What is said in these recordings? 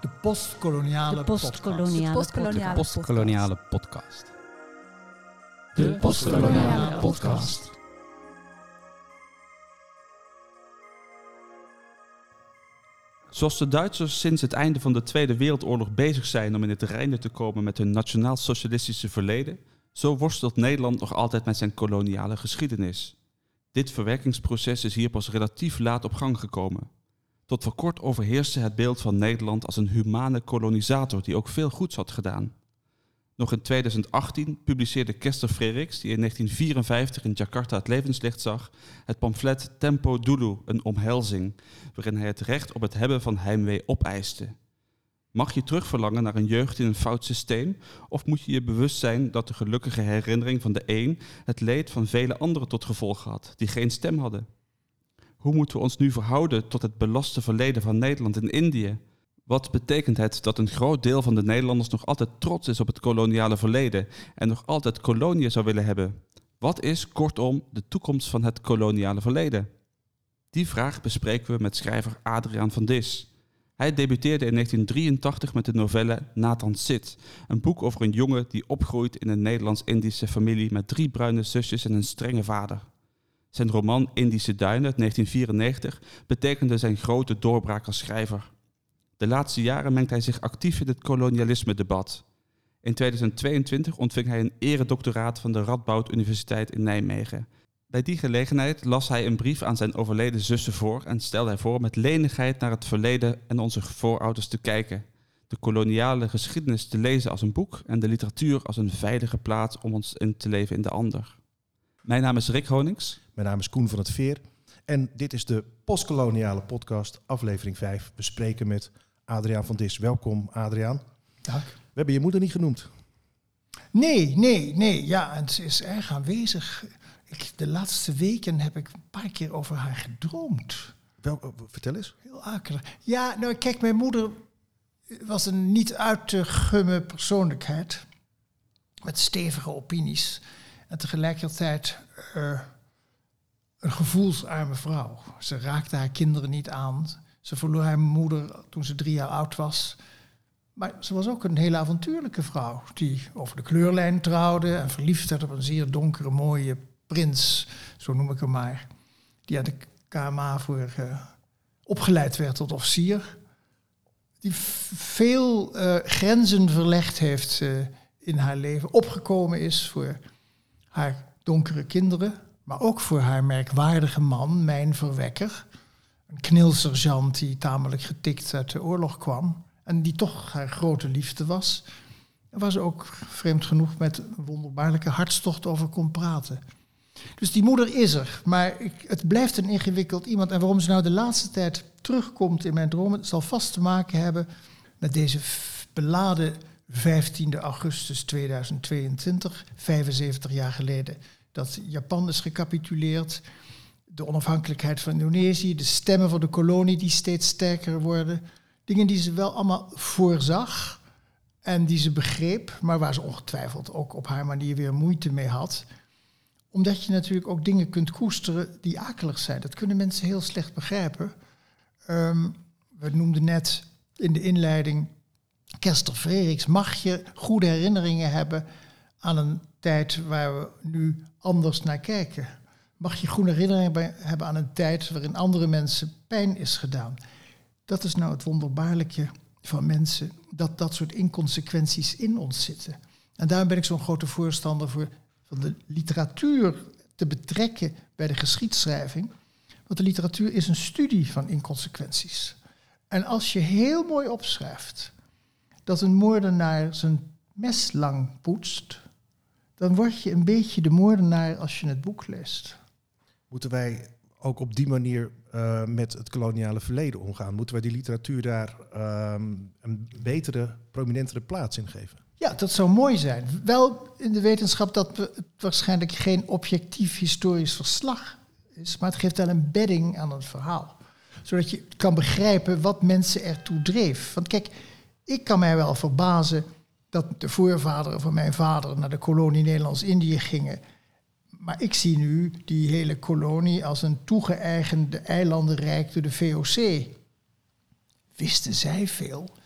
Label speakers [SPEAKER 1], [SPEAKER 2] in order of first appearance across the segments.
[SPEAKER 1] De postkoloniale podcast.
[SPEAKER 2] De postkoloniale podcast.
[SPEAKER 3] Zoals de Duitsers sinds het einde van de Tweede Wereldoorlog bezig zijn om in het reine te komen met hun nationaal-socialistische verleden, zo worstelt Nederland nog altijd met zijn koloniale geschiedenis. Dit verwerkingsproces is hier pas relatief laat op gang gekomen. Tot voor kort overheerste het beeld van Nederland als een humane kolonisator die ook veel goeds had gedaan. Nog in 2018 publiceerde Kester Frederiks, die in 1954 in Jakarta het levenslicht zag, het pamflet Tempo Dulu, een omhelzing, waarin hij het recht op het hebben van heimwee opeiste. Mag je terugverlangen naar een jeugd in een fout systeem, of moet je je bewust zijn dat de gelukkige herinnering van de een het leed van vele anderen tot gevolg had, die geen stem hadden? Hoe moeten we ons nu verhouden tot het belaste verleden van Nederland in Indië? Wat betekent het dat een groot deel van de Nederlanders nog altijd trots is op het koloniale verleden en nog altijd koloniën zou willen hebben? Wat is, kortom, de toekomst van het koloniale verleden? Die vraag bespreken we met schrijver Adriaan van Dis. Hij debuteerde in 1983 met de novelle Nathan Sid, een boek over een jongen die opgroeit in een Nederlands-Indische familie met 3 bruine zusjes en een strenge vader. Zijn roman Indische Duinen uit 1994 betekende zijn grote doorbraak als schrijver. De laatste jaren mengt hij zich actief in het kolonialisme-debat. In 2022 ontving hij een eredoctoraat van de Radboud Universiteit in Nijmegen. Bij die gelegenheid las hij een brief aan zijn overleden zussen voor en stelde hij voor met lenigheid naar het verleden en onze voorouders te kijken. De koloniale geschiedenis te lezen als een boek en de literatuur als een veilige plaats om ons in te leven in de ander. Mijn naam is Rick Honings.
[SPEAKER 4] Mijn naam is Koen van het Veer. En dit is de postkoloniale podcast, aflevering 5. We spreken met Adriaan van Dis. Welkom, Adriaan.
[SPEAKER 1] Dank.
[SPEAKER 4] We hebben je moeder niet genoemd.
[SPEAKER 1] Nee. Ja, en ze is erg aanwezig. De laatste weken heb ik een paar keer over haar gedroomd.
[SPEAKER 4] Vertel eens.
[SPEAKER 1] Heel akelig. Ja, nou kijk, mijn moeder was een niet uit te gummen persoonlijkheid. Met stevige opinies. En tegelijkertijd een gevoelsarme vrouw. Ze raakte haar kinderen niet aan. Ze verloor haar moeder toen ze 3 jaar oud was. Maar ze was ook een hele avontuurlijke vrouw. Die over de kleurlijn trouwde en verliefd werd op een zeer donkere, mooie prins. Zo noem ik hem maar. Die aan de KMA voor opgeleid werd tot officier. Die veel grenzen verlegd heeft in haar leven. Opgekomen is voor haar donkere kinderen. Maar ook voor haar merkwaardige man, Mijn Verwekker. Een knilsergeant die tamelijk getikt uit de oorlog kwam. En die toch haar grote liefde was. En waar ze ook vreemd genoeg met een wonderbaarlijke hartstocht over kon praten. Dus die moeder is er. Maar het blijft een ingewikkeld iemand. En waarom ze nou de laatste tijd terugkomt in mijn dromen, zal vast te maken hebben met deze beladen 15 augustus 2022, 75 jaar geleden. Dat Japan is gecapituleerd, de onafhankelijkheid van Indonesië, de stemmen van de kolonie die steeds sterker worden. Dingen die ze wel allemaal voorzag en die ze begreep, maar waar ze ongetwijfeld ook op haar manier weer moeite mee had. Omdat je natuurlijk ook dingen kunt koesteren die akelig zijn. Dat kunnen mensen heel slecht begrijpen. We noemden net in de inleiding Kester Frederiks. Mag je goede herinneringen hebben aan een tijd waar we nu anders naar kijken? Mag je goede herinneringen hebben aan een tijd waarin andere mensen pijn is gedaan? Dat is nou het wonderbaarlijke van mensen, dat dat soort inconsequenties in ons zitten. En daarom ben ik zo'n grote voorstander van de literatuur te betrekken bij de geschiedschrijving. Want de literatuur is een studie van inconsequenties. En als je heel mooi opschrijft dat een moordenaar zijn mes lang poetst, dan word je een beetje de moordenaar als je het boek leest.
[SPEAKER 4] Moeten wij ook op die manier met het koloniale verleden omgaan? Moeten wij die literatuur daar een betere, prominentere plaats in geven?
[SPEAKER 1] Ja, dat zou mooi zijn. Wel in de wetenschap dat het waarschijnlijk geen objectief historisch verslag is, maar het geeft wel een bedding aan het verhaal. Zodat je kan begrijpen wat mensen ertoe dreef. Want kijk, ik kan mij wel verbazen dat de voorvaderen van mijn vader naar de kolonie Nederlands-Indië gingen. Maar ik zie nu die hele kolonie als een toegeëigende eilandenrijk door de VOC. Wisten zij veel?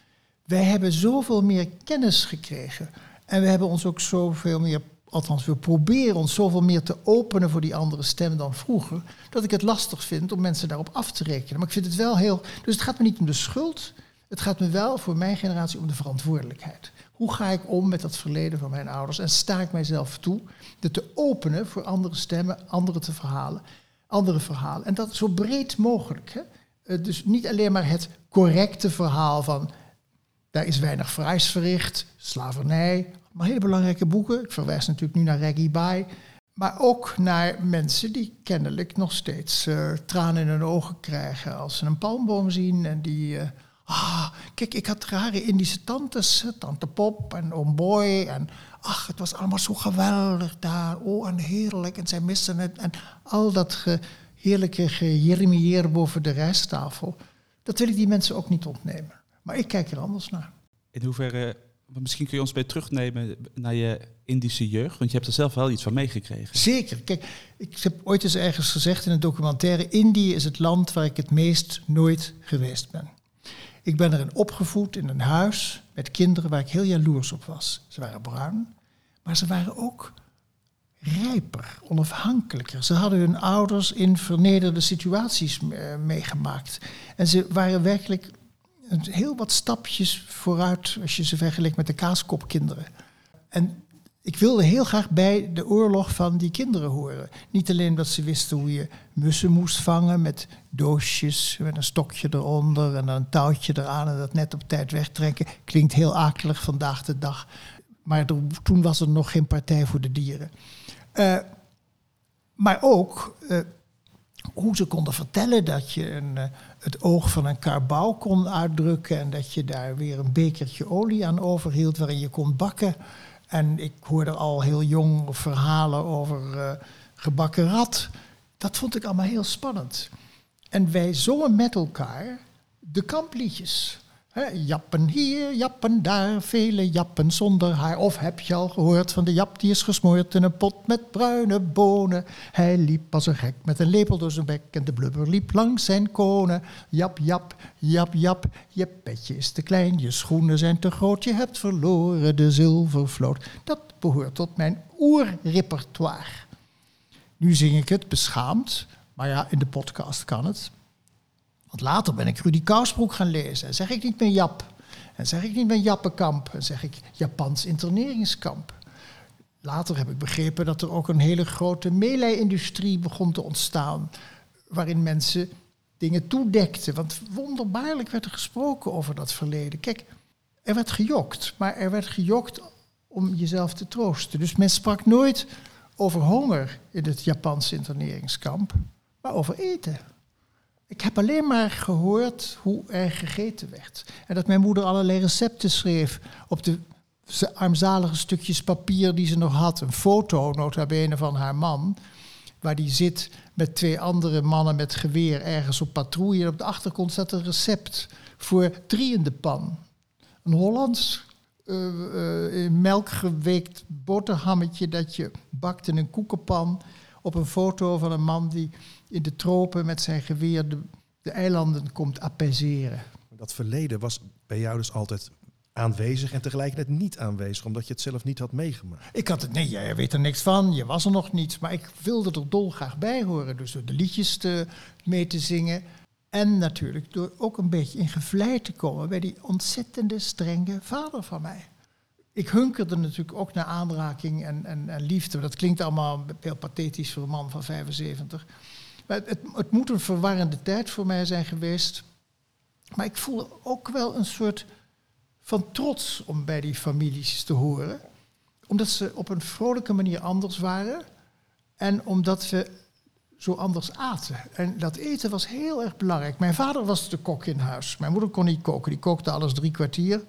[SPEAKER 1] Wij hebben zoveel meer kennis gekregen. En we hebben ons ook zoveel meer, althans we proberen ons zoveel meer te openen voor die andere stem dan vroeger, dat ik het lastig vind om mensen daarop af te rekenen. Maar ik vind het wel heel... Dus het gaat me niet om de schuld. Het gaat me wel voor mijn generatie om de verantwoordelijkheid. Hoe ga ik om met dat verleden van mijn ouders? En sta ik mijzelf toe dat te openen voor andere stemmen, andere verhalen. En dat zo breed mogelijk. Hè? Dus niet alleen maar het correcte verhaal van... daar is weinig fraais verricht, slavernij, maar hele belangrijke boeken. Ik verwijs natuurlijk nu naar Reggie Bai. Maar ook naar mensen die kennelijk nog steeds tranen in hun ogen krijgen als ze een palmboom zien. En die, kijk, ik had rare Indische tantes, tante Pop en oom Boy. En ach, het was allemaal zo geweldig daar. Oh, en heerlijk. En zij missen het. En al dat heerlijke gejeremieer boven de rijsttafel. Dat wil ik die mensen ook niet ontnemen. Maar ik kijk er anders naar.
[SPEAKER 3] In hoeverre, misschien kun je ons mee terugnemen naar je Indische jeugd, want je hebt er zelf wel iets van meegekregen.
[SPEAKER 1] Zeker. Kijk, ik heb ooit eens ergens gezegd in een documentaire, Indië is het land waar ik het meest nooit geweest ben. Ik ben erin opgevoed in een huis met kinderen waar ik heel jaloers op was. Ze waren bruin, maar ze waren ook rijper, onafhankelijker. Ze hadden hun ouders in vernederde situaties meegemaakt. En ze waren werkelijk heel wat stapjes vooruit als je ze vergelijkt met de kaaskopkinderen. En ik wilde heel graag bij de oorlog van die kinderen horen. Niet alleen dat ze wisten hoe je mussen moest vangen met doosjes, met een stokje eronder en dan een touwtje eraan en dat net op tijd wegtrekken. Klinkt heel akelig vandaag de dag. Maar toen was er nog geen Partij voor de Dieren. Maar ook hoe ze konden vertellen dat je het oog van een karbouw kon uitdrukken en dat je daar weer een bekertje olie aan overhield waarin je kon bakken. En ik hoorde al heel jong verhalen over gebakken rat. Dat vond ik allemaal heel spannend. En wij zongen met elkaar de kampliedjes. Jappen hier, jappen daar, vele jappen zonder haar. Of heb je al gehoord van de jap die is gesmoord in een pot met bruine bonen. Hij liep als een gek met een lepel door zijn bek en de blubber liep langs zijn konen. Jap, jap, jap, jap, je petje is te klein, je schoenen zijn te groot, je hebt verloren de zilvervloot. Dat behoort tot mijn oerrepertoire. Nu zing ik het beschaamd, maar ja, in de podcast kan het. Want later ben ik Rudy Kousbroek gaan lezen. En zeg ik niet meer Jap. En zeg ik niet meer Jappenkamp. En zeg ik Japans interneringskamp. Later heb ik begrepen dat er ook een hele grote meelij-industrie begon te ontstaan. Waarin mensen dingen toedekten. Want wonderbaarlijk werd er gesproken over dat verleden. Kijk, er werd gejokt. Maar er werd gejokt om jezelf te troosten. Dus men sprak nooit over honger in het Japanse interneringskamp. Maar over eten. Ik heb alleen maar gehoord hoe er gegeten werd. En dat mijn moeder allerlei recepten schreef op de armzalige stukjes papier die ze nog had. Een foto, nota bene, van haar man, waar die zit met 2 andere mannen met geweer ergens op patrouille. En op de achtergrond staat een recept voor 3 in de pan. Een Hollands in melk geweekt boterhammetje dat je bakt in een koekenpan. Op een foto van een man die in de tropen met zijn geweer de eilanden komt apaiseren.
[SPEAKER 4] Dat verleden was bij jou dus altijd aanwezig en tegelijkertijd niet aanwezig, omdat je het zelf niet had meegemaakt.
[SPEAKER 1] Ik had het, nee, jij weet er niks van, je was er nog niet, maar ik wilde er dolgraag bij horen. Dus door de liedjes mee te zingen en natuurlijk door ook een beetje in gevlei te komen bij die ontzettende strenge vader van mij. Ik hunkerde natuurlijk ook naar aanraking en liefde. Dat klinkt allemaal heel pathetisch voor een man van 75. Maar het moet een verwarrende tijd voor mij zijn geweest. Maar ik voelde ook wel een soort van trots om bij die families te horen. Omdat ze op een vrolijke manier anders waren. En omdat we zo anders aten. En dat eten was heel erg belangrijk. Mijn vader was de kok in huis. Mijn moeder kon niet koken. Die kookte alles 3 kwartier.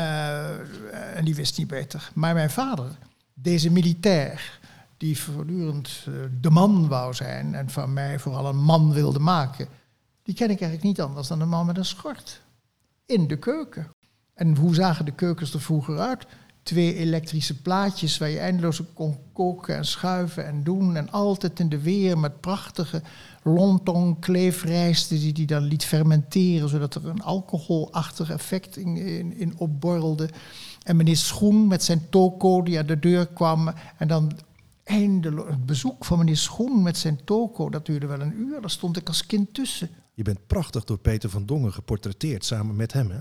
[SPEAKER 1] En die wist niet beter. Maar mijn vader, deze militair, die voortdurend de man wou zijn en van mij vooral een man wilde maken, die ken ik eigenlijk niet anders dan een man met een schort. In de keuken. En hoe zagen de keukens er vroeger uit? 2 elektrische plaatjes waar je eindeloos op kon koken en schuiven en doen. En altijd in de weer met prachtige lontong kleefrijsten die dan liet fermenteren, zodat er een alcoholachtig effect in opborrelde. En meneer Schoen met zijn toko die aan de deur kwam. En dan eindeloos het bezoek van meneer Schoen met zijn toko, dat duurde wel 1 uur. Daar stond ik als kind tussen.
[SPEAKER 4] Je bent prachtig door Peter van Dongen geportretteerd, samen met hem, hè?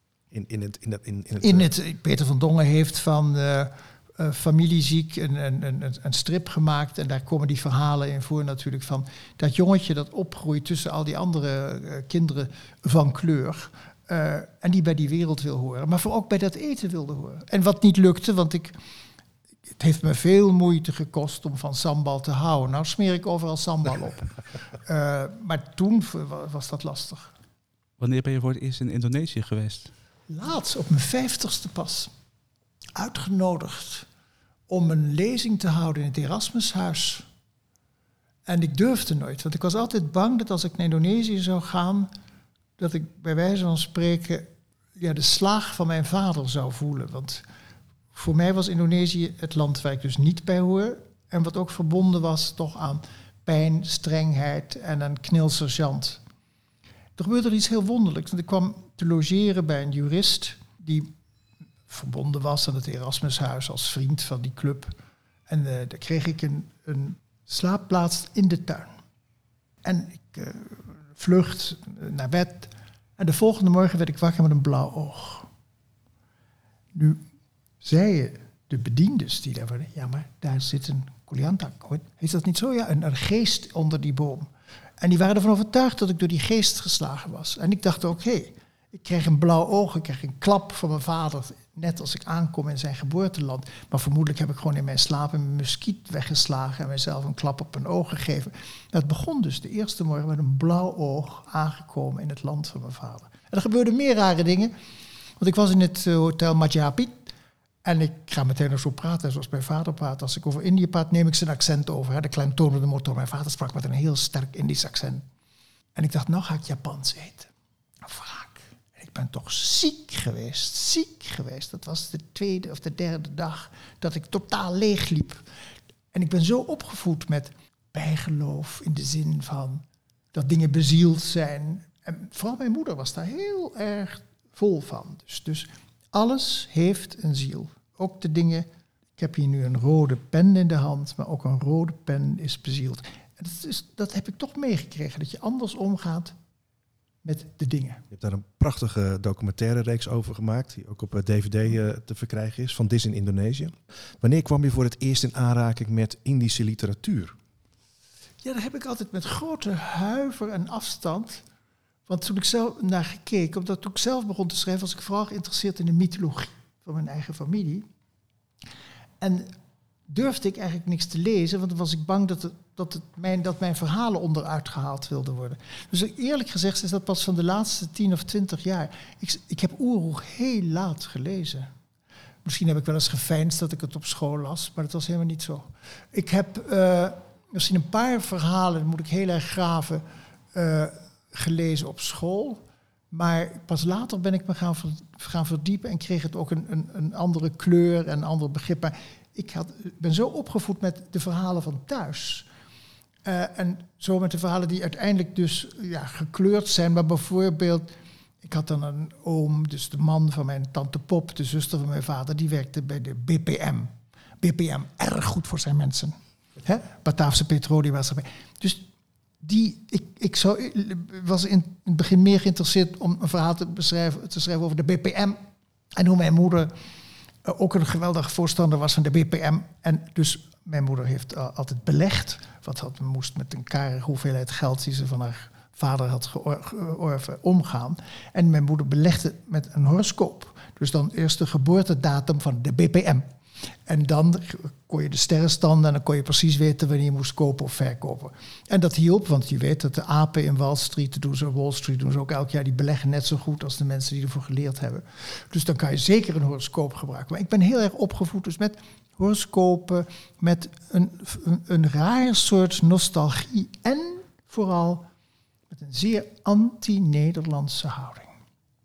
[SPEAKER 1] Peter van Dongen heeft van Familieziek een strip gemaakt. En daar komen die verhalen in voor natuurlijk van dat jongetje dat opgroeit tussen al die andere kinderen van kleur. En die bij die wereld wil horen. Maar ook bij dat eten wilde horen. En wat niet lukte, want het heeft me veel moeite gekost om van sambal te houden. Nou smeer ik overal sambal op. Maar toen was dat lastig.
[SPEAKER 3] Wanneer ben je voor het eerst in Indonesië geweest?
[SPEAKER 1] Laatst, op mijn 50ste pas, uitgenodigd om een lezing te houden in het Erasmushuis. En ik durfde nooit, want ik was altijd bang dat als ik naar Indonesië zou gaan, dat ik bij wijze van spreken de slaag van mijn vader zou voelen. Want voor mij was Indonesië het land waar ik dus niet bij hoor. En wat ook verbonden was toch aan pijn, strengheid en een knilsergeant. Er gebeurde er iets heel wonderlijks. Want ik kwam te logeren bij een jurist die verbonden was aan het Erasmushuis als vriend van die club. En daar kreeg ik een slaapplaats in de tuin. En ik vlucht naar bed. En de volgende morgen werd ik wakker met een blauw oog. Nu zeiden de bediendes die daar waren, ja, maar daar zit een Koliantak. Is dat niet zo? Ja, een geest onder die boom. En die waren ervan overtuigd dat ik door die geest geslagen was. En ik dacht ook, ik kreeg een blauw oog, ik kreeg een klap van mijn vader, net als ik aankom in zijn geboorteland. Maar vermoedelijk heb ik gewoon in mijn slaap een muskiet weggeslagen en mijzelf een klap op mijn oog gegeven. Dat begon dus de eerste morgen met een blauw oog aangekomen in het land van mijn vader. En er gebeurden meer rare dingen, want ik was in het hotel Majapahit. En ik ga meteen nog zo praten zoals mijn vader praat. Als ik over Indië praat, neem ik zijn accent over. Hè, de klemtoonde motor. Mijn vader sprak met een heel sterk Indisch accent. En ik dacht, nou ga ik Japans eten. Vaak. En ik ben toch ziek geweest. Dat was de 2e of de 3e dag dat ik totaal leeg liep. En ik ben zo opgevoed met bijgeloof in de zin van dat dingen bezield zijn. En vooral mijn moeder was daar heel erg vol van. Dus alles heeft een ziel. Ook de dingen, ik heb hier nu een rode pen in de hand, maar ook een rode pen is bezield. En dat heb ik toch meegekregen, dat je anders omgaat met de dingen.
[SPEAKER 4] Je hebt daar een prachtige documentaire reeks over gemaakt, die ook op DVD te verkrijgen is, van Dis in Indonesië. Wanneer kwam je voor het eerst in aanraking met Indische literatuur?
[SPEAKER 1] Ja, daar heb ik altijd met grote huiver en afstand. Want toen ik zelf naar gekeken, omdat toen ik zelf begon te schrijven, was ik vooral geïnteresseerd in de mythologie van mijn eigen familie. En durfde ik eigenlijk niks te lezen, want dan was ik bang dat mijn verhalen onderuit gehaald wilden worden. Dus eerlijk gezegd is dat pas van de laatste 10 of 20 jaar. Ik heb Oeroeg heel laat gelezen. Misschien heb ik wel eens geveinsd dat ik het op school las, maar dat was helemaal niet zo. Ik heb misschien een paar verhalen, dat moet ik heel erg graven, gelezen op school. Maar pas later ben ik me gaan verdiepen en kreeg het ook een andere kleur en een ander begrip. Maar ik ben zo opgevoed met de verhalen van thuis. En zo met de verhalen die uiteindelijk dus gekleurd zijn. Maar bijvoorbeeld, ik had dan een oom, dus de man van mijn tante Pop, de zuster van mijn vader, die werkte bij de BPM. BPM, erg goed voor zijn mensen. Bataafse Petroleum was erbij. Dus ik was in het begin meer geïnteresseerd om een verhaal te schrijven over de BPM. En hoe mijn moeder ook een geweldige voorstander was van de BPM. En dus mijn moeder heeft altijd belegd. Wat moest met een karige hoeveelheid geld die ze van haar vader had georven omgaan. En mijn moeder belegde met een horoscoop. Dus dan eerst de geboortedatum van de BPM. En dan kon je de sterrenstanden en dan kon je precies weten wanneer je moest kopen of verkopen. En dat hielp, want je weet dat de apen in Wall Street doen ze ook elk jaar, die beleggen net zo goed als de mensen die ervoor geleerd hebben. Dus dan kan je zeker een horoscoop gebruiken. Maar ik ben heel erg opgevoed dus met horoscopen, met een raar soort nostalgie en vooral met een zeer anti-Nederlandse houding.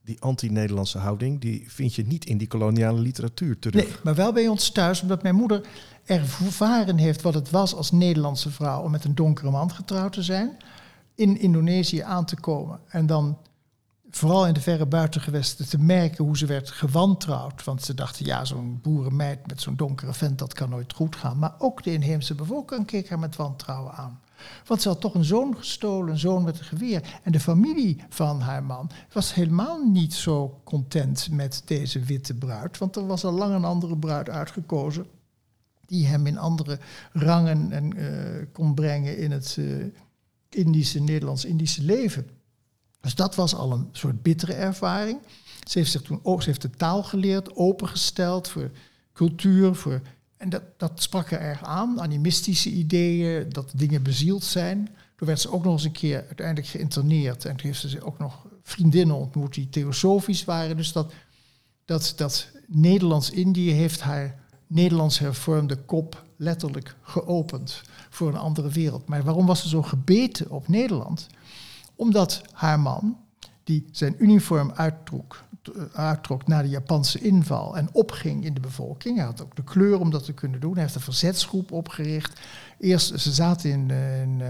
[SPEAKER 4] die anti-Nederlandse houding, die vind je niet in die koloniale literatuur terug.
[SPEAKER 1] Nee, maar wel bij ons thuis, omdat mijn moeder ervaren heeft wat het was als Nederlandse vrouw om met een donkere man getrouwd te zijn, in Indonesië aan te komen en dan vooral in de verre buitengewesten te merken hoe ze werd gewantrouwd. Want ze dachten, ja, zo'n boerenmeid met zo'n donkere vent, dat kan nooit goed gaan. Maar ook de inheemse bevolking keek haar met wantrouwen aan. Want ze had toch een zoon gestolen, een zoon met een geweer. En de familie van haar man was helemaal niet zo content met deze witte bruid. Want er was al lang een andere bruid uitgekozen die hem in andere rangen kon brengen in het Nederlands-Indische leven. Dus dat was al een soort bittere ervaring. Ze heeft de taal geleerd, opengesteld voor cultuur. En dat sprak er erg aan, animistische ideeën, dat dingen bezield zijn. Toen werd ze ook nog eens een keer uiteindelijk geïnterneerd. En toen heeft ze ook nog vriendinnen ontmoet die theosofisch waren. Dus dat Nederlands-Indië heeft haar Nederlands hervormde kop letterlijk geopend voor een andere wereld. Maar waarom was ze zo gebeten op Nederland? Omdat haar man, die zijn uniform uittrok na de Japanse inval en opging in de bevolking. Hij had ook de kleur om dat te kunnen doen. Hij heeft een verzetsgroep opgericht. Eerst, ze zaten in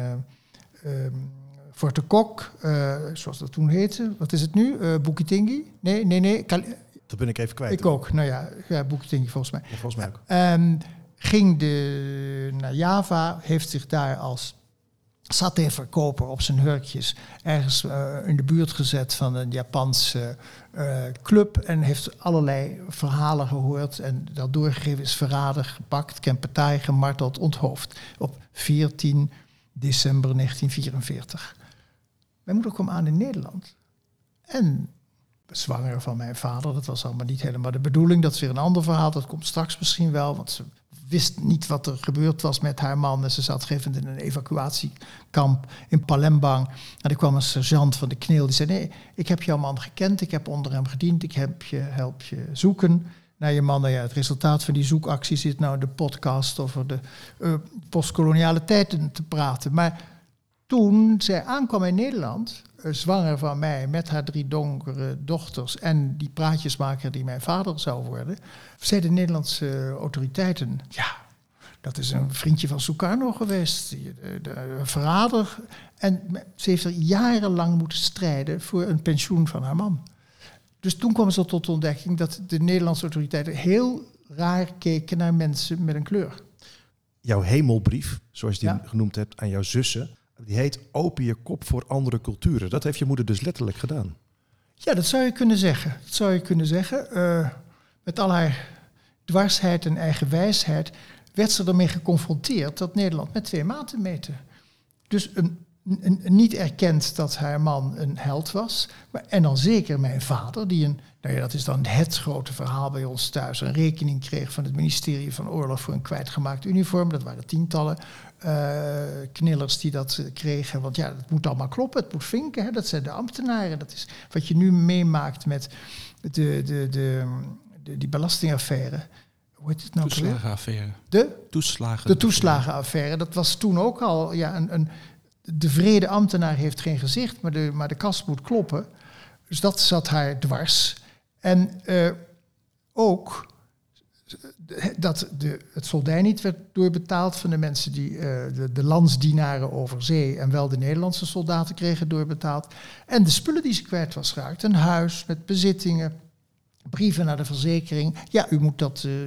[SPEAKER 1] Fort de Kok, zoals dat toen heette. Wat is het nu? Bukittinggi? Nee.
[SPEAKER 4] Dat ben ik even kwijt.
[SPEAKER 1] Ik ook. Nou ja, Bukittinggi volgens mij.
[SPEAKER 4] Ja, volgens mij ook.
[SPEAKER 1] Ging naar Java, heeft zich daar als satéverkoper op zijn hurkjes ergens in de buurt gezet van een Japanse club en heeft allerlei verhalen gehoord en dat doorgegeven, is verraden, gepakt, Kempetaai gemarteld, onthoofd op 14 december 1944. Mijn moeder kwam aan in Nederland en zwanger van mijn vader, dat was allemaal niet helemaal de bedoeling, dat is weer een ander verhaal, dat komt straks misschien wel, want ze wist niet wat er gebeurd was met haar man. En ze zat gegeven in een evacuatiekamp in Palembang. En er kwam een sergeant van de KNIL. Die zei, nee, ik heb jouw man gekend. Ik heb onder hem gediend. Ik help je zoeken naar je man. Nou ja, het resultaat van die zoekactie zit nou in de podcast over de postkoloniale tijden te praten. Maar toen zij aankwam in Nederland, zwanger van mij, met haar 3 donkere dochters en die praatjesmaker die mijn vader zou worden, zeiden de Nederlandse autoriteiten, ja, dat is een vriendje van Sukarno geweest, een verrader. En ze heeft er jarenlang moeten strijden voor een pensioen van haar man. Dus toen kwam ze tot de ontdekking dat de Nederlandse autoriteiten heel raar keken naar mensen met een kleur.
[SPEAKER 4] Jouw hemelbrief, zoals je die genoemd hebt, aan jouw zussen, die heet Open je kop voor andere culturen. Dat heeft je moeder dus letterlijk gedaan.
[SPEAKER 1] Ja, dat zou je kunnen zeggen. Met al haar dwarsheid en eigenwijsheid werd ze ermee geconfronteerd dat Nederland met 2 maten meten. Dus niet erkend dat haar man een held was. En dan zeker mijn vader, dat is dan het grote verhaal bij ons thuis, een rekening kreeg van het ministerie van Oorlog voor een kwijtgemaakt uniform. Dat waren tientallen knillers die dat kregen. Want ja, het moet allemaal kloppen, het moet vinken. Hè? Dat zijn de ambtenaren. Dat is wat je nu meemaakt met die belastingaffaire. Hoe heet het nou?
[SPEAKER 3] Toeslagenaffaire.
[SPEAKER 1] De toeslagenaffaire. Dat was toen ook al de vrede ambtenaar heeft geen gezicht, maar de kas moet kloppen. Dus dat zat haar dwars. En ook dat het soldijniet werd doorbetaald van de mensen die de landsdienaren over zee en wel de Nederlandse soldaten kregen doorbetaald. En de spullen die ze kwijt was geraakt. Een huis met bezittingen, brieven naar de verzekering. Ja, u moet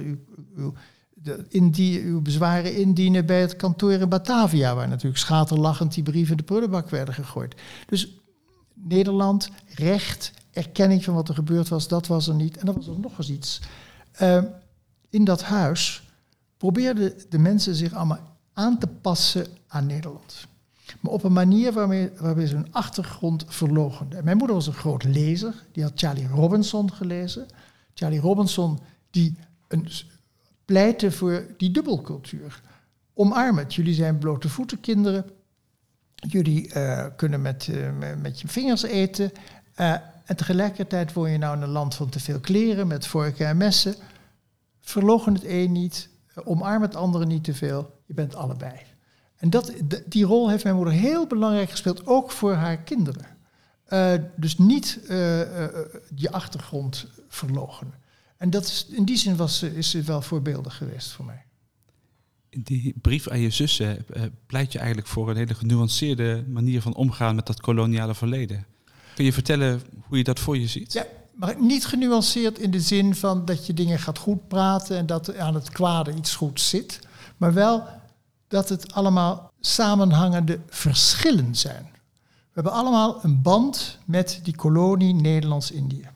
[SPEAKER 1] uw bezwaren indienen bij het kantoor in Batavia, waar natuurlijk schaterlachend die brieven in de prullenbak werden gegooid. Dus Nederland, recht, erkenning van wat er gebeurd was, dat was er niet. En dan was er nog eens iets. In dat huis probeerden de mensen zich allemaal aan te passen aan Nederland. Maar op een manier waarbij ze hun achtergrond verloochenden. Mijn moeder was een groot lezer, die had Charlie Robinson gelezen. Charlie Robinson die pleitte voor die dubbelcultuur. Omarm het. Jullie zijn blote voeten kinderen. Jullie kunnen met je vingers eten. En tegelijkertijd woon je nou in een land van te veel kleren, met vorken en messen. Verloochen het een niet. Omarm het andere niet te veel. Je bent allebei. En die rol heeft mijn moeder heel belangrijk gespeeld, ook voor haar kinderen. Dus niet je achtergrond verloochenen. En dat is, in die zin is het wel voorbeeldig geweest voor mij.
[SPEAKER 3] In die brief aan je zussen pleit je eigenlijk voor een hele genuanceerde manier van omgaan met dat koloniale verleden. Kun je vertellen hoe je dat voor je ziet?
[SPEAKER 1] Ja, maar niet genuanceerd in de zin van dat je dingen gaat goed praten en dat aan het kwade iets goeds zit. Maar wel dat het allemaal samenhangende verschillen zijn. We hebben allemaal een band met die kolonie Nederlands-Indië.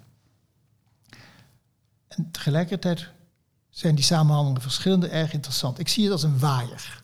[SPEAKER 1] En tegelijkertijd zijn die samenhangende verschillen erg interessant. Ik zie het als een waaier.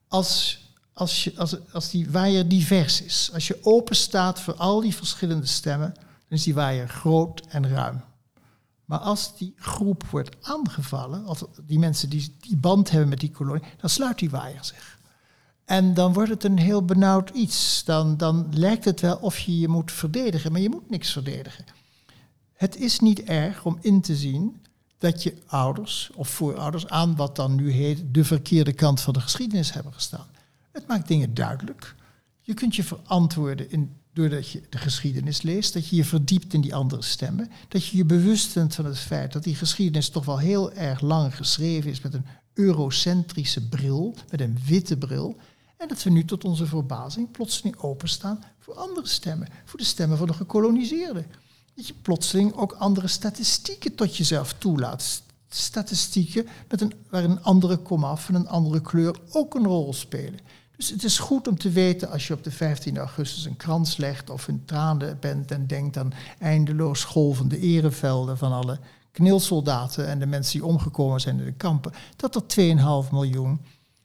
[SPEAKER 1] Als die waaier divers is, als je open staat voor al die verschillende stemmen, dan is die waaier groot en ruim. Maar als die groep wordt aangevallen, als die mensen die band hebben met die kolonie, dan sluit die waaier zich. En dan wordt het een heel benauwd iets. Dan lijkt het wel of je je moet verdedigen, maar je moet niks verdedigen. Het is niet erg om in te zien dat je ouders of voorouders aan wat dan nu heet de verkeerde kant van de geschiedenis hebben gestaan. Het maakt dingen duidelijk. Je kunt je verantwoorden doordat je de geschiedenis leest, dat je je verdiept in die andere stemmen, dat je je bewust bent van het feit dat die geschiedenis toch wel heel erg lang geschreven is met een eurocentrische bril, met een witte bril, en dat we nu tot onze verbazing plotseling openstaan voor andere stemmen, voor de stemmen van de gekoloniseerden. Dat je plotseling ook andere statistieken tot jezelf toelaat. Statistieken waar een andere komaf en een andere kleur ook een rol spelen. Dus het is goed om te weten als je op de 15 augustus een krans legt of in tranen bent en denkt aan eindeloos golvende erevelden van alle knilsoldaten en de mensen die omgekomen zijn in de kampen, dat er 2,5 miljoen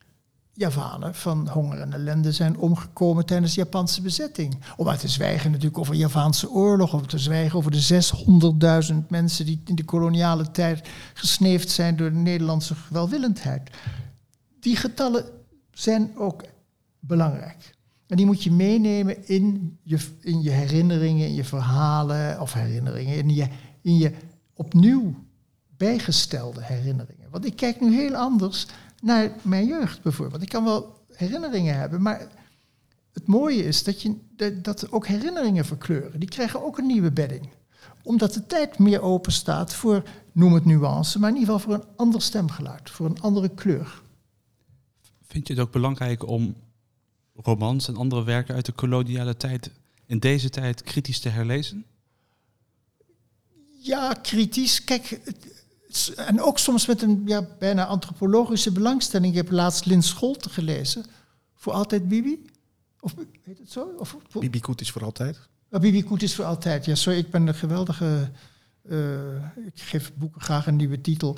[SPEAKER 1] Javanen van honger en ellende zijn omgekomen tijdens de Japanse bezetting. Om uit te zwijgen natuurlijk over de Javaanse oorlog, of te zwijgen over de 600.000 mensen die in de koloniale tijd gesneefd zijn door de Nederlandse welwillendheid. Die getallen zijn ook belangrijk. En die moet je meenemen in je herinneringen, in je verhalen, of herinneringen, in je opnieuw bijgestelde herinneringen. Want ik kijk nu heel anders naar mijn jeugd bijvoorbeeld. Ik kan wel herinneringen hebben, maar het mooie is dat ook herinneringen verkleuren. Die krijgen ook een nieuwe bedding. Omdat de tijd meer open staat voor, noem het nuance, maar in ieder geval voor een ander stemgeluid, voor een andere kleur.
[SPEAKER 3] Vind je het ook belangrijk om romans en andere werken uit de koloniale tijd in deze tijd kritisch te herlezen?
[SPEAKER 1] Ja, kritisch. Kijk, en ook soms met een bijna antropologische belangstelling. Ik heb laatst Lin Scholte gelezen. Voor altijd Bibi? Of heet het zo?
[SPEAKER 4] Bibi Koet is voor altijd.
[SPEAKER 1] Bibi Koet is voor altijd. Ja, sorry, ik ben een geweldige... ik geef boeken graag een nieuwe titel.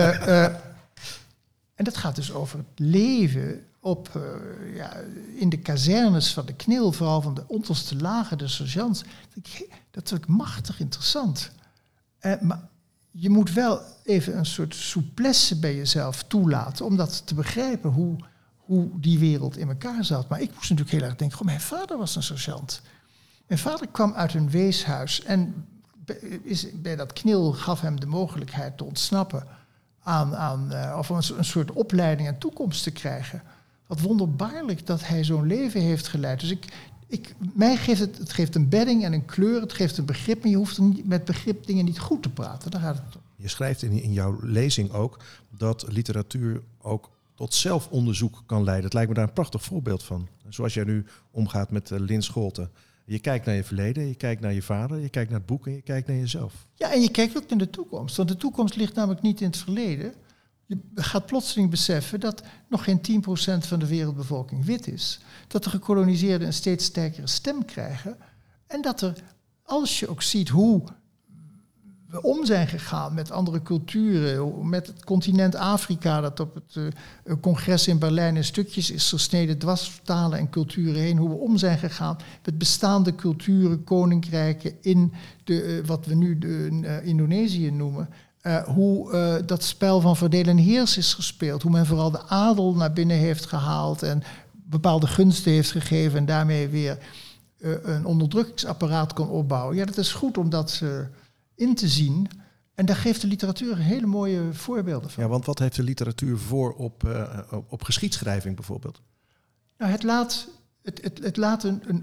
[SPEAKER 1] En dat gaat dus over het leven in de kazernes van de KNIL, vooral van de onderste lagen, de sergeants. Dat is ook machtig interessant. Maar je moet wel even een soort souplesse bij jezelf toelaten om dat te begrijpen, hoe die wereld in elkaar zat. Maar ik moest natuurlijk heel erg denken, mijn vader was een sergeant. Mijn vader kwam uit een weeshuis en bij dat KNIL gaf hem de mogelijkheid te ontsnappen of een soort opleiding en toekomst te krijgen. Wat wonderbaarlijk dat hij zo'n leven heeft geleid. Dus mij geeft het geeft een bedding en een kleur, het geeft een begrip, maar je hoeft met begrip dingen niet goed te praten. Daar gaat het om.
[SPEAKER 4] Je schrijft in jouw lezing ook dat literatuur ook tot zelfonderzoek kan leiden. Het lijkt me daar een prachtig voorbeeld van. Zoals jij nu omgaat met Lin Scholte. Je kijkt naar je verleden, je kijkt naar je vader, je kijkt naar het boek en je kijkt naar jezelf.
[SPEAKER 1] Ja, en je kijkt ook naar de toekomst. Want de toekomst ligt namelijk niet in het verleden. Je gaat plotseling beseffen dat nog geen 10% van de wereldbevolking wit is. Dat de gekoloniseerden een steeds sterkere stem krijgen. En dat er, als je ook ziet hoe we om zijn gegaan met andere culturen, met het continent Afrika, dat op het congres in Berlijn in stukjes is gesneden, dwars talen en culturen heen, hoe we om zijn gegaan met bestaande culturen, koninkrijken in wat we nu Indonesië noemen. Hoe dat spel van verdeel en heers is gespeeld. Hoe men vooral de adel naar binnen heeft gehaald en bepaalde gunsten heeft gegeven en daarmee weer een onderdrukkingsapparaat kon opbouwen. Ja, dat is goed om dat in te zien. En daar geeft de literatuur hele mooie voorbeelden van.
[SPEAKER 4] Ja, want wat heeft de literatuur voor op geschiedschrijving bijvoorbeeld?
[SPEAKER 1] Nou, het laat een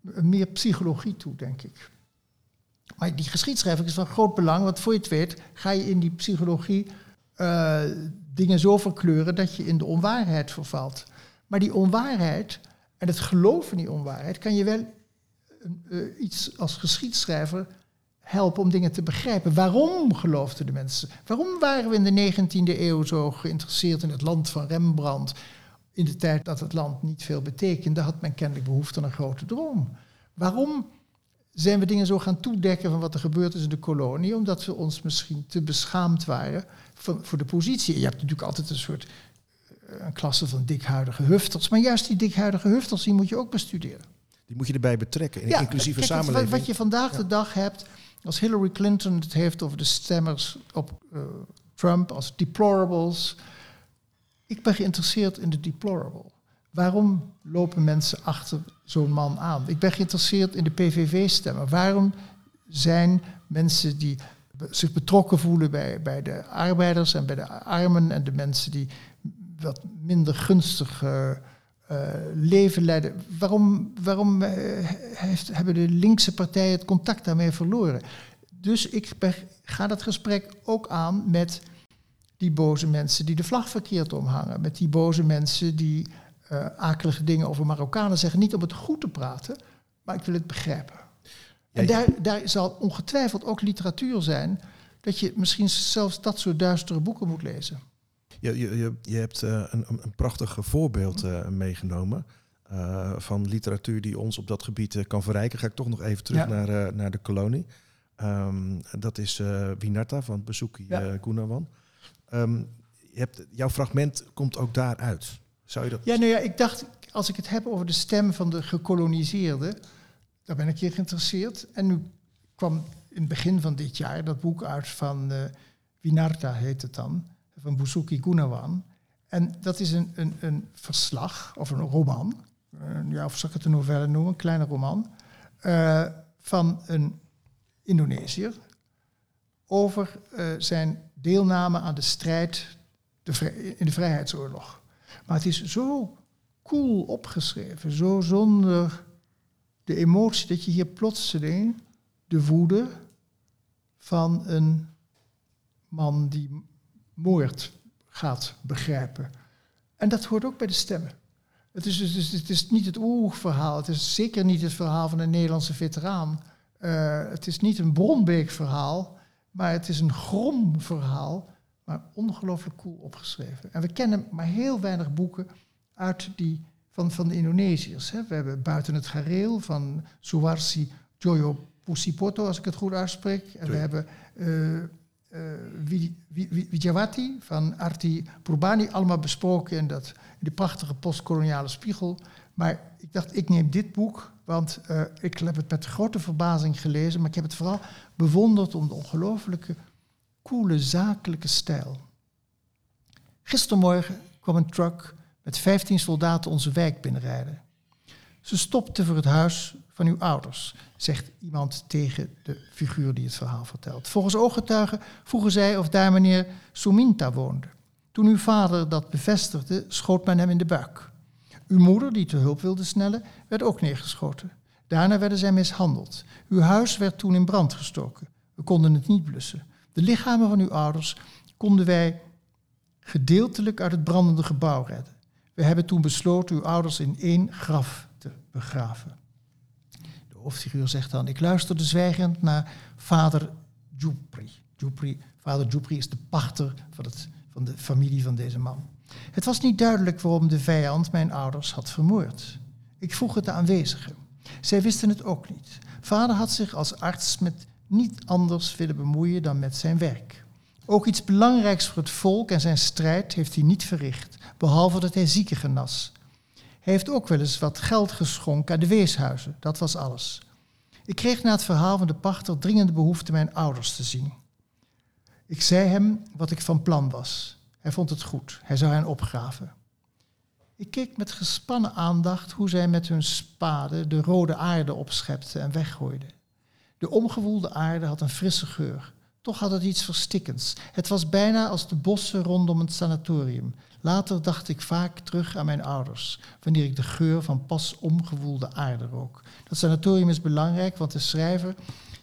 [SPEAKER 1] meer psychologie toe, denk ik. Maar die geschiedschrijving is van groot belang, want voor je het weet ga je in die psychologie dingen zo verkleuren dat je in de onwaarheid vervalt. Maar die onwaarheid en het geloof in die onwaarheid kan je wel iets als geschiedschrijver helpen om dingen te begrijpen. Waarom geloofden de mensen? Waarom waren we in de 19e eeuw zo geïnteresseerd in het land van Rembrandt? In de tijd dat het land niet veel betekende, had men kennelijk behoefte aan een grote droom. Waarom zijn we dingen zo gaan toedekken van wat er gebeurd is in de kolonie? Omdat we ons misschien te beschaamd waren voor de positie. Je hebt natuurlijk altijd een klasse van dikhuidige hufters. Maar juist die dikhuidige hufters, die moet je ook bestuderen.
[SPEAKER 4] Die moet je erbij betrekken in een inclusieve samenleving.
[SPEAKER 1] Wat je vandaag de dag hebt, als Hillary Clinton het heeft over de stemmers op Trump als deplorables. Ik ben geïnteresseerd in de deplorable. Waarom lopen mensen achter zo'n man aan? Ik ben geïnteresseerd in de PVV-stemmer. Waarom zijn mensen die zich betrokken voelen bij de arbeiders en bij de armen en de mensen die wat minder gunstig leven leiden. Waarom hebben de linkse partijen het contact daarmee verloren? Dus ik ga dat gesprek ook aan met die boze mensen die de vlag verkeerd omhangen. Met die boze mensen die akelige dingen over Marokkanen zeggen. Niet om het goed te praten, maar ik wil het begrijpen. En daar zal ongetwijfeld ook literatuur zijn dat je misschien zelfs dat soort duistere boeken moet lezen.
[SPEAKER 4] Je hebt een prachtig voorbeeld meegenomen van literatuur die ons op dat gebied kan verrijken. Ga ik toch nog even terug naar de kolonie. Dat is Winarta van Basuki Gunawan. Jouw fragment komt ook daaruit. Zou je dat...
[SPEAKER 1] Ja, ik dacht, als ik het heb over de stem van de gekoloniseerden, daar ben ik hier geïnteresseerd. En nu kwam in het begin van dit jaar dat boek uit van Winarta, heet het dan, van Basuki Gunawan. En dat is een verslag, of een roman, of zal ik het een novelle noemen, een kleine roman, van een Indonesiër over zijn deelname aan de strijd in de Vrijheidsoorlog. Maar het is zo cool opgeschreven, zo zonder de emotie, dat je hier plotseling de woede van een man die moord gaat begrijpen. En dat hoort ook bij de stemmen. Het is niet het oerverhaal, het is zeker niet het verhaal van een Nederlandse veteraan. Het is niet een Bronbeek-verhaal, maar het is een grom verhaal, maar ongelooflijk cool opgeschreven. En we kennen maar heel weinig boeken uit van de Indonesiërs. Hè. We hebben Buiten het Gareel van Suwarsi Joyo Pusipoto, als ik het goed uitspreek. En we hebben Wijawati van Arti Purbani, allemaal besproken in de prachtige postkoloniale spiegel. Maar ik dacht, ik neem dit boek, want ik heb het met grote verbazing gelezen, maar ik heb het vooral bewonderd om de ongelooflijke, coole, zakelijke stijl. Gistermorgen kwam een truck met 15 soldaten onze wijk binnenrijden. Ze stopten voor het huis van uw ouders, zegt iemand tegen de figuur die het verhaal vertelt. Volgens ooggetuigen vroegen zij of daar meneer Suminta woonde. Toen uw vader dat bevestigde, schoot men hem in de buik. Uw moeder, die te hulp wilde snellen, werd ook neergeschoten. Daarna werden zij mishandeld. Uw huis werd toen in brand gestoken. We konden het niet blussen. De lichamen van uw ouders konden wij gedeeltelijk uit het brandende gebouw redden. We hebben toen besloten uw ouders in 1 graf te begraven. De hoofdfiguur zegt dan, ik luisterde zwijgend naar vader Jupri. Vader Jupri is de pachter van de familie van deze man. Het was niet duidelijk waarom de vijand mijn ouders had vermoord. Ik vroeg het de aanwezigen. Zij wisten het ook niet. Vader had zich als arts met niet anders willen bemoeien dan met zijn werk. Ook iets belangrijks voor het volk en zijn strijd heeft hij niet verricht, behalve dat hij zieken genas. Hij heeft ook wel eens wat geld geschonken aan de weeshuizen, dat was alles. Ik kreeg na het verhaal van de pachter dringende behoefte mijn ouders te zien. Ik zei hem wat ik van plan was. Hij vond het goed, hij zou hen opgraven. Ik keek met gespannen aandacht hoe zij met hun spade de rode aarde opschepten en weggooiden. De omgewoelde aarde had een frisse geur, Toch had het iets verstikkends. Het was bijna als de bossen rondom het sanatorium. Later dacht ik vaak terug aan mijn ouders, wanneer ik de geur van pas omgewoelde aarde rook. Dat sanatorium is belangrijk, want de schrijver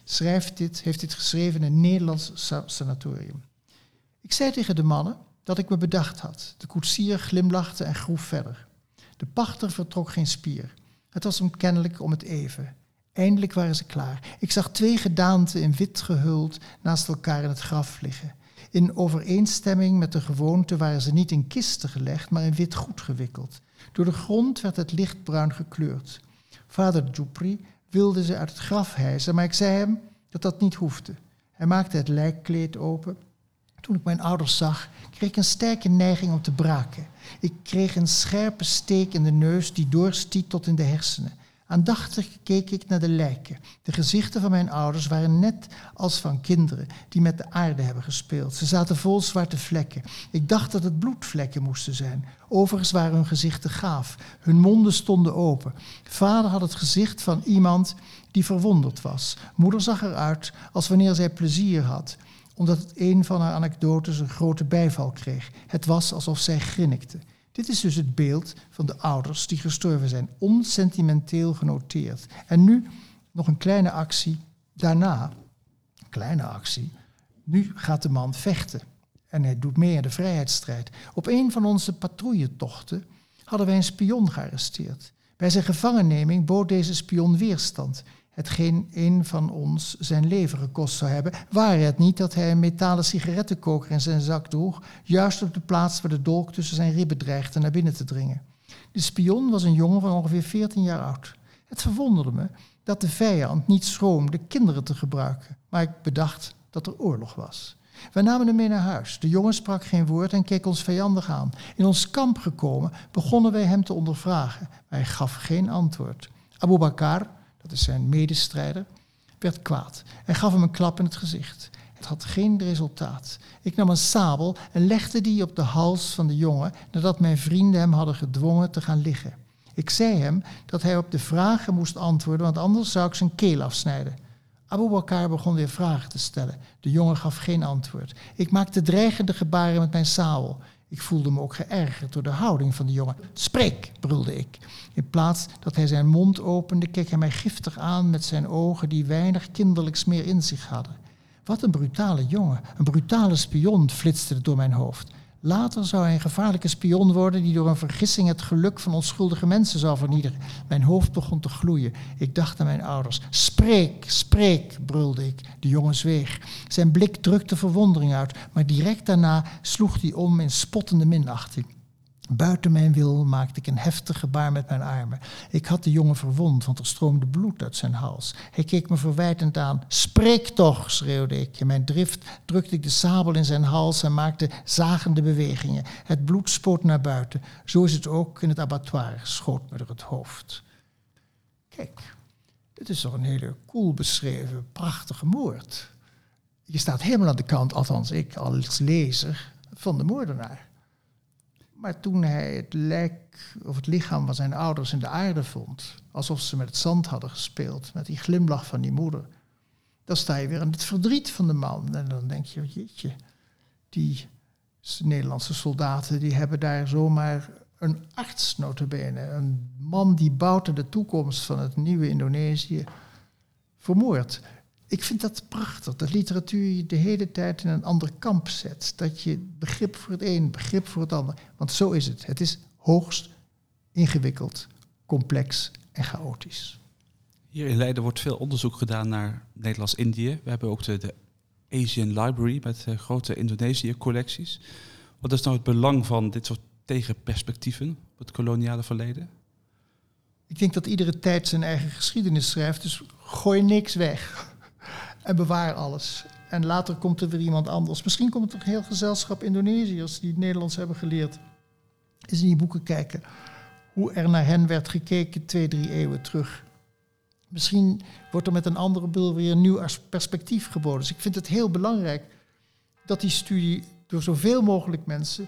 [SPEAKER 1] heeft dit geschreven in een Nederlands sanatorium. Ik zei tegen de mannen dat ik me bedacht had. De koetsier glimlachte en groef verder. De pachter vertrok geen spier. Het was hem kennelijk om het even. Eindelijk waren ze klaar. Ik zag 2 gedaanten in wit gehuld naast elkaar in het graf liggen. In overeenstemming met de gewoonte waren ze niet in kisten gelegd, maar in wit goed gewikkeld. Door de grond werd het lichtbruin gekleurd. Vader Djoupri wilde ze uit het graf hijsen, maar ik zei hem dat dat niet hoefde. Hij maakte het lijkkleed open. Toen ik mijn ouders zag, kreeg ik een sterke neiging om te braken. Ik kreeg een scherpe steek in de neus die doorstiet tot in de hersenen. Aandachtig keek ik naar de lijken. De gezichten van mijn ouders waren net als van kinderen die met de aarde hebben gespeeld. Ze zaten vol zwarte vlekken. Ik dacht dat het bloedvlekken moesten zijn. Overigens waren hun gezichten gaaf. Hun monden stonden open. Vader had het gezicht van iemand die verwonderd was. Moeder zag eruit als wanneer zij plezier had, omdat het een van haar anekdotes een grote bijval kreeg. Het was alsof zij grinnikte. Dit is dus het beeld van de ouders die gestorven zijn, onsentimenteel genoteerd. En nu nog een kleine actie daarna. Kleine actie. Nu gaat de man vechten. En hij doet mee aan de vrijheidsstrijd. Op een van onze patrouilletochten hadden wij een spion gearresteerd. Bij zijn gevangenneming bood deze spion weerstand, hetgeen een van ons zijn leven gekost zou hebben, ware het niet dat hij een metalen sigarettenkoker in zijn zak droeg, juist op de plaats waar de dolk tussen zijn ribben dreigde naar binnen te dringen. De spion was een jongen van ongeveer 14 jaar oud. Het verwonderde me dat de vijand niet schroomde kinderen te gebruiken, maar ik bedacht dat er oorlog was. Wij namen hem mee naar huis. De jongen sprak geen woord en keek ons vijandig aan. In ons kamp gekomen begonnen wij hem te ondervragen, maar hij gaf geen antwoord. Abu Bakr, dat is zijn medestrijder, werd kwaad en gaf hem een klap in het gezicht. Het had geen resultaat. Ik nam een sabel en legde die op de hals van de jongen nadat mijn vrienden hem hadden gedwongen te gaan liggen. Ik zei hem dat hij op de vragen moest antwoorden, want anders zou ik zijn keel afsnijden. Abu Bakr begon weer vragen te stellen. De jongen gaf geen antwoord. Ik maakte dreigende gebaren met mijn sabel. Ik voelde me ook geërgerd door de houding van de jongen. Spreek, brulde ik. In plaats dat hij zijn mond opende, keek hij mij giftig aan met zijn ogen die weinig kinderlijks meer in zich hadden. Wat een brutale jongen, een brutale spion, flitste het door mijn hoofd. Later zou hij een gevaarlijke spion worden die door een vergissing het geluk van onschuldige mensen zou vernietigen. Mijn hoofd begon te gloeien. Ik dacht aan mijn ouders. Spreek, spreek, brulde ik. De jongen zweeg. Zijn blik drukte verwondering uit, maar direct daarna sloeg hij om in spottende minachting. Buiten mijn wil maakte ik een heftig gebaar met mijn armen. Ik had de jongen verwond, want er stroomde bloed uit zijn hals. Hij keek me verwijtend aan. Spreek toch, schreeuwde ik. In mijn drift drukte ik de sabel in zijn hals en maakte zagende bewegingen. Het bloed spoot naar buiten. Zo is het ook in het abattoir, schoot me door het hoofd. Kijk, dit is toch een hele cool beschreven, prachtige moord. Je staat helemaal aan de kant, althans ik als lezer, van de moordenaar. Maar toen hij het lijk of het lichaam van zijn ouders in de aarde vond, alsof ze met het zand hadden gespeeld, met die glimlach van die moeder, dan sta je weer aan het verdriet van de man. En dan denk je, jeetje, die Nederlandse soldaten, die hebben daar zomaar een arts nota bene, een man die bouwt aan de toekomst van het nieuwe Indonesië, vermoord. Ik vind dat prachtig, dat literatuur je de hele tijd in een ander kamp zet. Dat je begrip voor het een, begrip voor het ander. Want zo is het. Het is hoogst ingewikkeld, complex en chaotisch.
[SPEAKER 3] Hier in Leiden wordt veel onderzoek gedaan naar Nederlands-Indië. We hebben ook de Asian Library met grote Indonesië-collecties. Wat is nou het belang van dit soort tegenperspectieven op het koloniale verleden?
[SPEAKER 1] Ik denk dat iedere tijd zijn eigen geschiedenis schrijft, dus gooi niks weg. En bewaar alles. En later komt er weer iemand anders. Misschien komt er een heel gezelschap Indonesiërs die het Nederlands hebben geleerd. Eens in die boeken kijken hoe er naar hen werd gekeken 2-3 eeuwen terug. Misschien wordt er met een andere bril weer een nieuw perspectief geboden. Dus ik vind het heel belangrijk dat die studie door zoveel mogelijk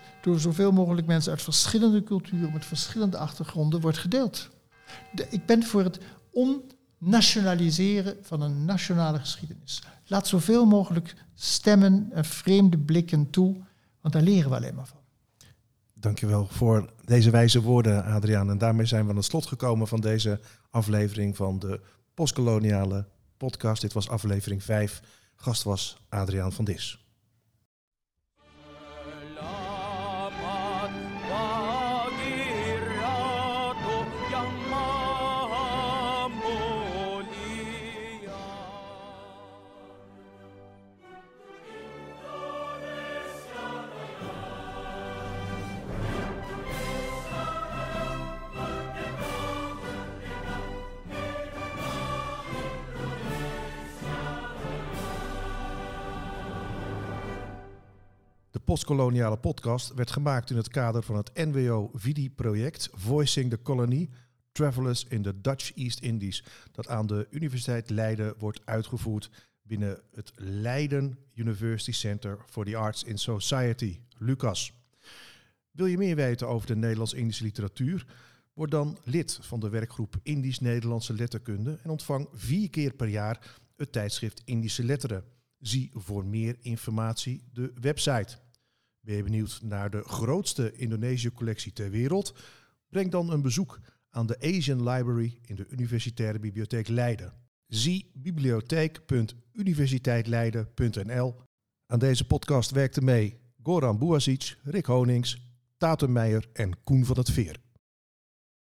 [SPEAKER 1] mensen uit verschillende culturen met verschillende achtergronden wordt gedeeld. Ik ben voor het nationaliseren van een nationale geschiedenis. Laat zoveel mogelijk stemmen en vreemde blikken toe, want daar leren we alleen maar van.
[SPEAKER 4] Dankjewel voor deze wijze woorden, Adriaan. En daarmee zijn we aan het slot gekomen van deze aflevering van de Postkoloniale Podcast. Dit was aflevering 5. Gast was Adriaan van Dis. De Postkoloniale Podcast werd gemaakt in het kader van het NWO-VIDI-project Voicing the Colony, Travelers in the Dutch East Indies, dat aan de Universiteit Leiden wordt uitgevoerd binnen het Leiden University Center for the Arts in Society, LUCAS. Wil je meer weten over de Nederlands-Indische literatuur? Word dan lid van de werkgroep Indisch-Nederlandse Letterkunde en ontvang 4 keer per jaar het tijdschrift Indische Letteren. Zie voor meer informatie de website. Ben je benieuwd naar de grootste Indonesië-collectie ter wereld? Breng dan een bezoek aan de Asian Library in de Universitaire Bibliotheek Leiden. Zie bibliotheek.universiteitleiden.nl. Aan deze podcast werkten mee Goran Buasic, Rick Honings, Tatum Meijer en Koen van het Veer.